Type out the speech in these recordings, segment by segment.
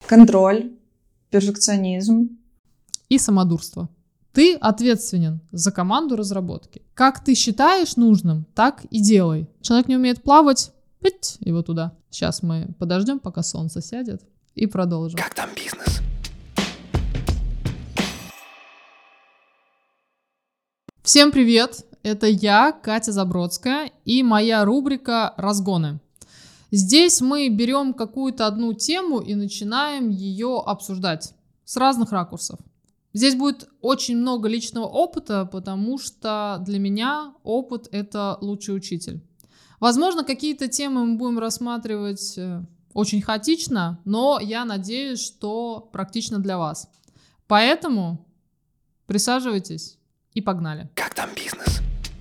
Контроль, перфекционизм. И самодурство. Ты ответственен за команду разработки. Как ты считаешь нужным, так и делай. Человек не умеет плавать, его туда. Сейчас мы подождем, пока солнце сядет, и продолжим. Как там бизнес? Всем привет! Это я, Катя Забродская, и моя рубрика «Разгоны». Здесь мы берем какую-то одну тему и начинаем ее обсуждать с разных ракурсов. Здесь будет очень много личного опыта, потому что для меня опыт — это лучший учитель. Возможно, какие-то темы мы будем рассматривать очень хаотично, но я надеюсь, что практично для вас. Поэтому присаживайтесь и погнали. Как там бизнес?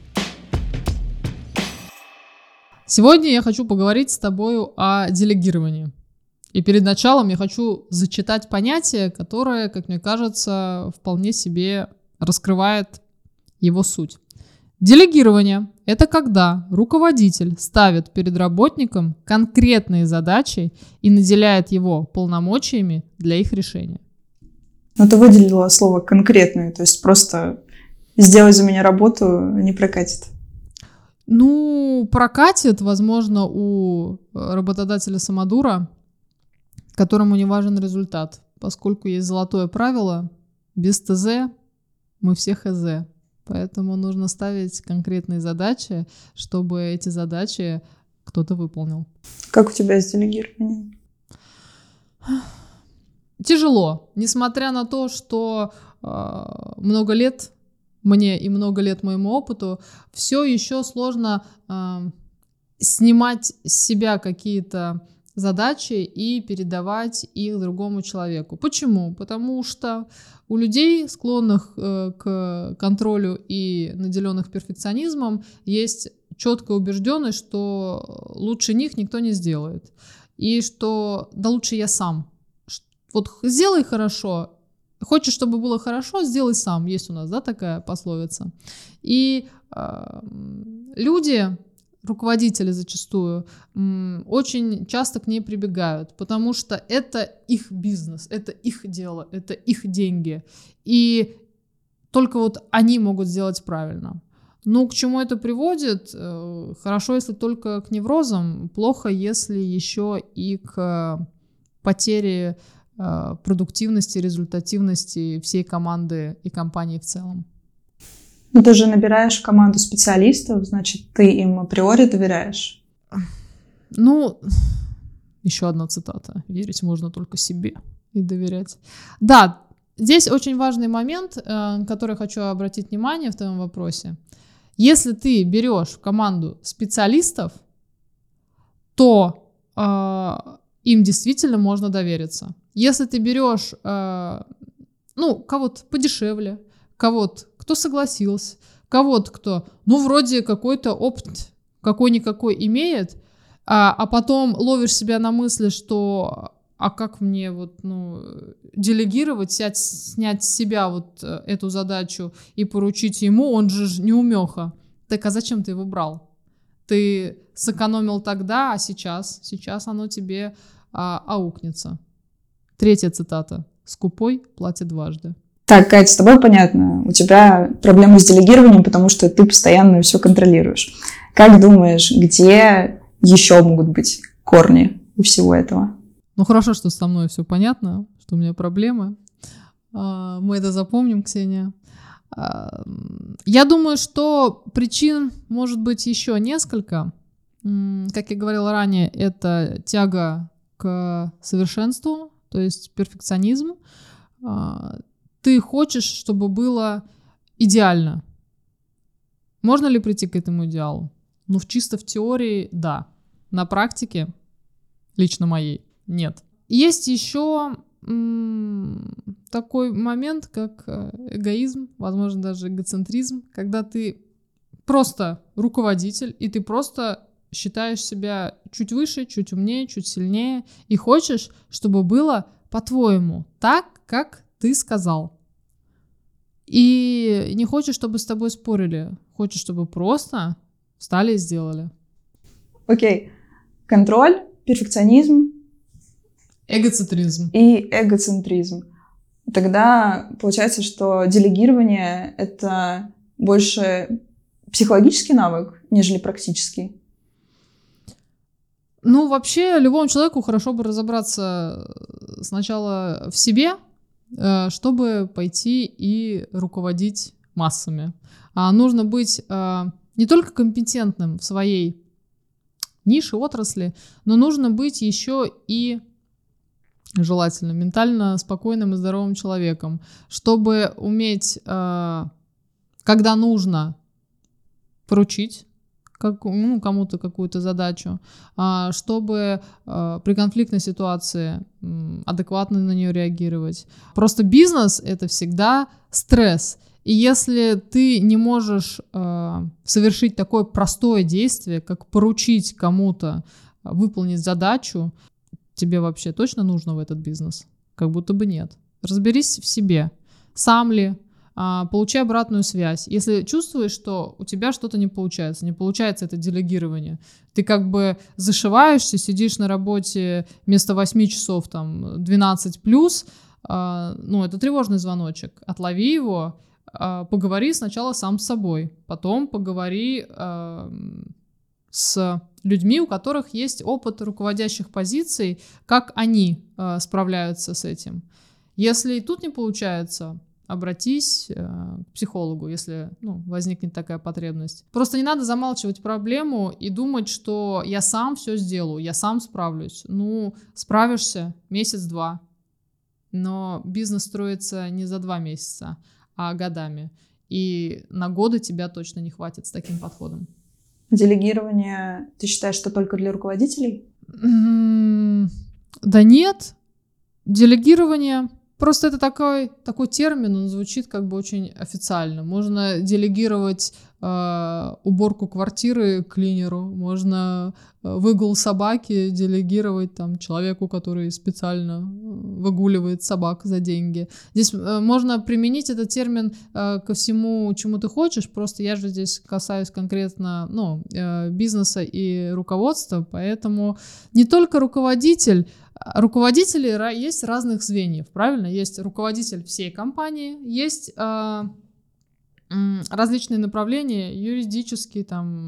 Сегодня я хочу поговорить с тобой о делегировании. И перед началом я хочу зачитать понятие, которое, как мне кажется, вполне себе раскрывает его суть. Делегирование – это когда руководитель ставит перед работником конкретные задачи и наделяет его полномочиями для их решения. Но ты выделила слово «конкретную», то есть просто «сделай за меня работу» не прокатит. Прокатит, возможно, у работодателя-самодура, которому не важен результат, поскольку есть золотое правило: без ТЗ мы все ХЗ. Поэтому нужно ставить конкретные задачи, чтобы эти задачи кто-то выполнил. Как у тебя с делегированием? Тяжело, несмотря на то, что много лет мне и много лет моему опыту, все еще сложно снимать с себя какие-то задачи и передавать их другому человеку. Почему? Потому что у людей, склонных к контролю и наделенных перфекционизмом, есть четкая убежденность, что лучше них никто не сделает. И что да лучше я сам. Вот сделай хорошо. Хочешь, чтобы было хорошо, сделай сам. Есть у нас, такая пословица. И люди, руководители зачастую, очень часто к ней прибегают, потому что это их бизнес, это их дело, это их деньги. И только вот они могут сделать правильно. К чему это приводит? Хорошо, если только к неврозам, плохо, если еще и к потере продуктивности, результативности всей команды и компании в целом. Ты же набираешь в команду специалистов, значит, ты им априори доверяешь? Еще одна цитата. Верить можно только себе и доверять. Да, здесь очень важный момент, на который я хочу обратить внимание в твоем вопросе. Если ты берешь в команду специалистов, то им действительно можно довериться. Если ты берешь кого-то подешевле, кого-то, кто согласился, кого-то, кто, вроде какой-то опыт какой-никакой имеет, а потом ловишь себя на мысли, что как мне делегировать, снять с себя эту задачу и поручить ему, он же неумеха. Так а зачем ты его брал? Ты сэкономил тогда, а сейчас оно тебе аукнется. Третья цитата. «Скупой платит дважды». Так, Кать, с тобой понятно. У тебя проблемы с делегированием, потому что ты постоянно все контролируешь. Как думаешь, где еще могут быть корни у всего этого? Хорошо, что со мной все понятно, что у меня проблемы. Мы это запомним, Ксения. Я думаю, что причин может быть еще несколько. Как я говорила ранее, это тяга к совершенству, то есть перфекционизм. Ты хочешь, чтобы было идеально. Можно ли прийти к этому идеалу? Чисто в теории, да. На практике, лично моей, нет. Есть еще такой момент, как эгоизм, возможно, даже эгоцентризм, когда ты просто руководитель, и ты просто считаешь себя чуть выше, чуть умнее, чуть сильнее, и хочешь, чтобы было по-твоему, так, как ты сказал. И не хочешь, чтобы с тобой спорили, хочешь, чтобы просто встали и сделали. Окей. Контроль, перфекционизм, Эгоцентризм. И эгоцентризм. Тогда получается, что делегирование — это больше психологический навык, нежели практический. Ну, вообще, любому человеку хорошо бы разобраться сначала в себе, чтобы пойти и руководить массами. Нужно быть не только компетентным в своей нише, отрасли, но нужно быть еще и желательно ментально спокойным и здоровым человеком, чтобы уметь, когда нужно, поручить кому-то какую-то задачу, чтобы при конфликтной ситуации адекватно на нее реагировать. Просто бизнес — это всегда стресс. И если ты не можешь совершить такое простое действие, как поручить кому-то выполнить задачу, тебе вообще точно нужно в этот бизнес? Как будто бы нет. Разберись в себе. Сам ли? Получай обратную связь. Если чувствуешь, что у тебя что-то не получается это делегирование, ты как бы зашиваешься, сидишь на работе вместо 8 часов, там, 12 плюс, это тревожный звоночек. Отлови его, поговори сначала сам с собой, потом поговори с людьми, у которых есть опыт руководящих позиций, как они справляются с этим. Если и тут не получается, обратись к психологу, если возникнет такая потребность. Просто не надо замалчивать проблему и думать, что я сам все сделаю, я сам справлюсь. Справишься месяц-два. Но бизнес строится не за 2 месяца, а годами. И на годы тебя точно не хватит с таким подходом. Делегирование, ты считаешь, что только для руководителей? Да нет. Делегирование... Просто это такой термин, он звучит как бы очень официально. Можно делегировать уборку квартиры клинеру, можно выгул собаки делегировать человеку, который специально выгуливает собак за деньги. Здесь можно применить этот термин ко всему, чему ты хочешь, просто я же здесь касаюсь конкретно бизнеса и руководства, поэтому не только руководители есть разных звеньев, правильно? Есть руководитель всей компании, есть различные направления, юридический,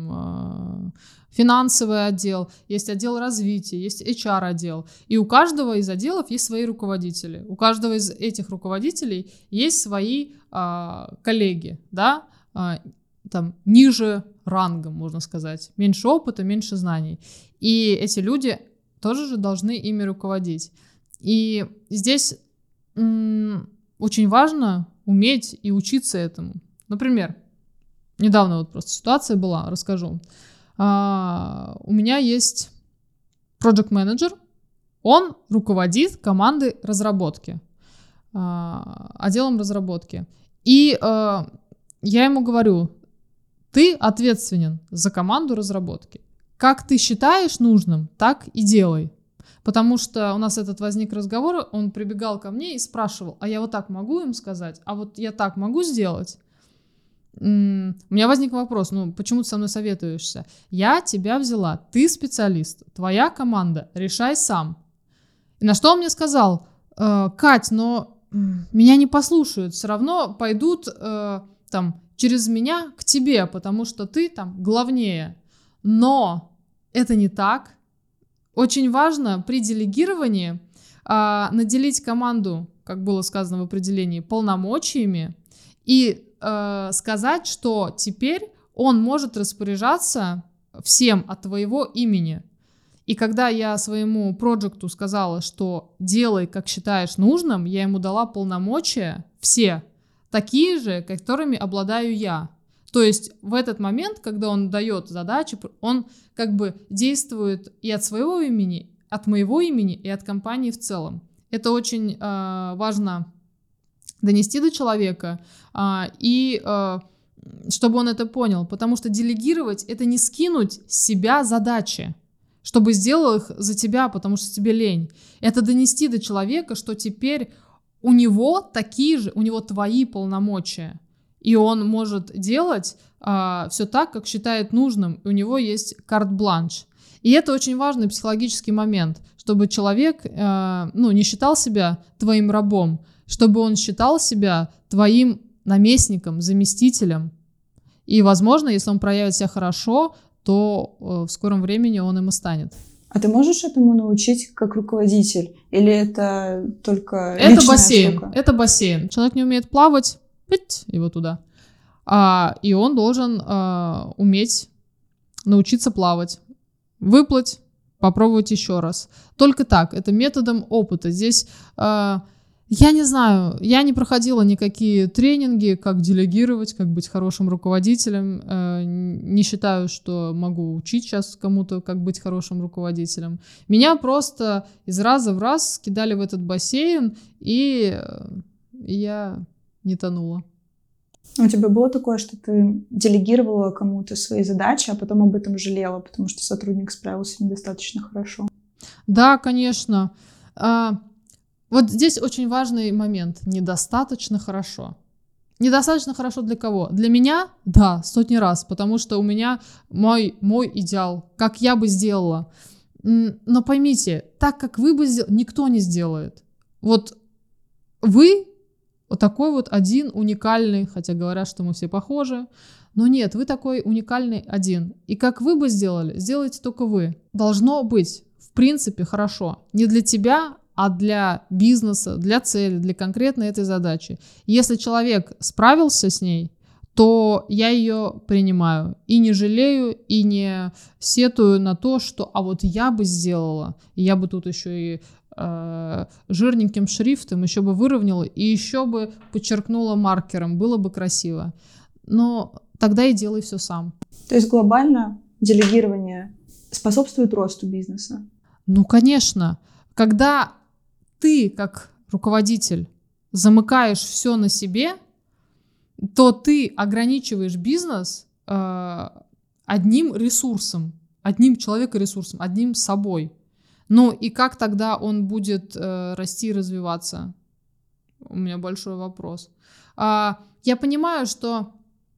финансовый отдел, есть отдел развития, есть HR-отдел. И у каждого из отделов есть свои руководители. У каждого из этих руководителей есть свои коллеги, да, ниже рангом, можно сказать. Меньше опыта, меньше знаний. И эти люди тоже же должны ими руководить. И здесь очень важно уметь и учиться этому. Например, недавно просто ситуация была, расскажу. У меня есть project manager, он руководит командой разработки, отделом разработки. И я ему говорю, ты ответственен за команду разработки. Как ты считаешь нужным, так и делай. Потому что у нас возник разговор, он прибегал ко мне и спрашивал, а я вот так могу им сказать, а вот я так могу сделать? У меня возник вопрос, почему ты со мной советуешься? Я тебя взяла, ты специалист, твоя команда, решай сам. И на что он мне сказал, Кать, но меня не послушают, все равно пойдут через меня к тебе, потому что ты главнее. Но это не так. Очень важно при делегировании наделить команду, как было сказано в определении, полномочиями и сказать, что теперь он может распоряжаться всем от твоего имени. И когда я своему проекту сказала, что делай, как считаешь нужным, я ему дала полномочия все, такие же, которыми обладаю я. То есть в этот момент, когда он дает задачи, он как бы действует и от своего имени, от моего имени и от компании в целом. Это очень важно донести до человека, и чтобы он это понял. Потому что делегировать — это не скинуть с себя задачи, чтобы сделал их за тебя, потому что тебе лень. Это донести до человека, что теперь у него такие же, у него твои полномочия. И он может делать все так, как считает нужным. И у него есть карт-бланш. И это очень важный психологический момент, чтобы человек не считал себя твоим рабом, чтобы он считал себя твоим наместником, заместителем. И, возможно, если он проявит себя хорошо, то в скором времени он им и станет. А ты можешь этому научить как руководитель? Или это только личная штука? Это бассейн. Человек не умеет плавать, его туда. И он должен уметь научиться плавать. Выплыть, попробовать еще раз. Только так, это методом опыта. Здесь, я не знаю, я не проходила никакие тренинги, как делегировать, как быть хорошим руководителем. Не считаю, что могу учить сейчас кому-то, как быть хорошим руководителем. Меня просто из раза в раз кидали в этот бассейн, и я не тонула. У тебя было такое, что ты делегировала кому-то свои задачи, а потом об этом жалела, потому что сотрудник справился недостаточно хорошо? Да, конечно. Вот здесь очень важный момент. Недостаточно хорошо. Недостаточно хорошо для кого? Для меня? Да, сотни раз, потому что у меня мой идеал, как я бы сделала. Но поймите, так как вы бы сделали, никто не сделает. Вот вы вот такой вот один уникальный, хотя говорят, что мы все похожи, но нет, вы такой уникальный один. И как вы бы сделали, сделайте только вы. Должно быть, в принципе, хорошо. Не для тебя, а для бизнеса, для цели, для конкретной этой задачи. Если человек справился с ней, то я ее принимаю. И не жалею, и не сетую на то, что а вот я бы сделала, и я бы тут еще и жирненьким шрифтом еще бы выровняла и еще бы подчеркнула маркером, было бы красиво. Но тогда и делай все сам. То есть глобально делегирование способствует росту бизнеса? Ну, конечно. Когда ты, как руководитель, замыкаешь все на себе, то ты ограничиваешь бизнес одним ресурсом, одним человекоресурсом, одним собой. Ну и как тогда он будет расти и развиваться? У меня большой вопрос. Я понимаю, что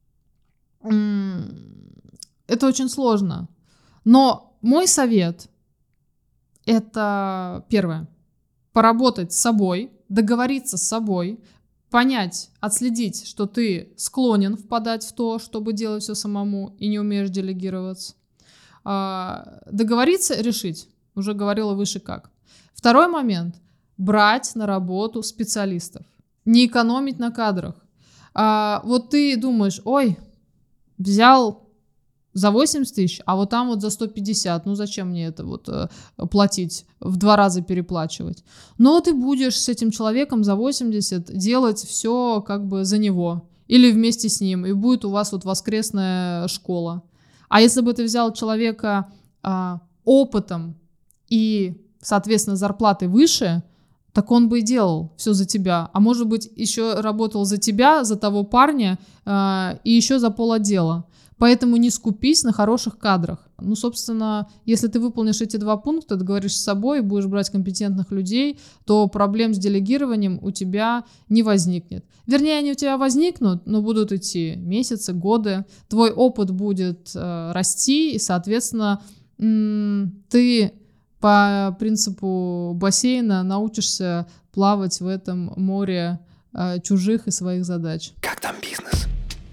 это очень сложно, но мой совет – это первое. Поработать с собой, договориться с собой, понять, отследить, что ты склонен впадать в то, чтобы делать все самому и не умеешь делегировать. Договориться, решить. Уже говорила выше как. Второй момент. Брать на работу специалистов. Не экономить на кадрах. Вот ты думаешь, ой, взял за 80 тысяч, а вот там вот за 150. Ну зачем мне это вот платить, в 2 раза переплачивать? Но ты будешь с этим человеком за 80 делать все как бы за него. Или вместе с ним. И будет у вас вот воскресная школа. А если бы ты взял человека опытом, и, соответственно, зарплаты выше, так он бы и делал все за тебя. А может быть, еще работал за тебя, за того парня, и еще за полотдела. Поэтому не скупись на хороших кадрах. Ну, собственно, если ты выполнишь эти 2 пункта, договоришься с собой, будешь брать компетентных людей, то проблем с делегированием у тебя не возникнет. Вернее, они у тебя возникнут, но будут идти месяцы, годы. Твой опыт будет расти, и, соответственно, ты по принципу бассейна научишься плавать в этом море чужих и своих задач. Как там бизнес?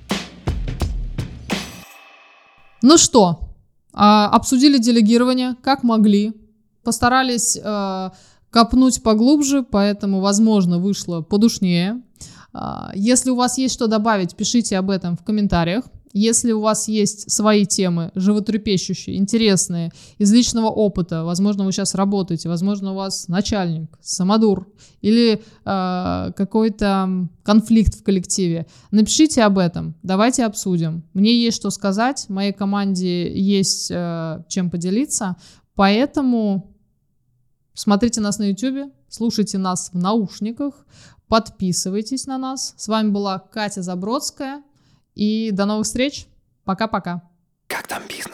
Ну что, обсудили делегирование, как могли. Постарались копнуть поглубже, поэтому, возможно, вышло подушнее. Если у вас есть что добавить, пишите об этом в комментариях. Если у вас есть свои темы, животрепещущие, интересные, из личного опыта, возможно, вы сейчас работаете, возможно, у вас начальник, самодур или какой-то конфликт в коллективе, напишите об этом, давайте обсудим. Мне есть что сказать, моей команде есть чем поделиться, поэтому смотрите нас на YouTube, слушайте нас в наушниках, подписывайтесь на нас. С вами была Катя Забродская. И до новых встреч. Пока-пока. Как там бизнес?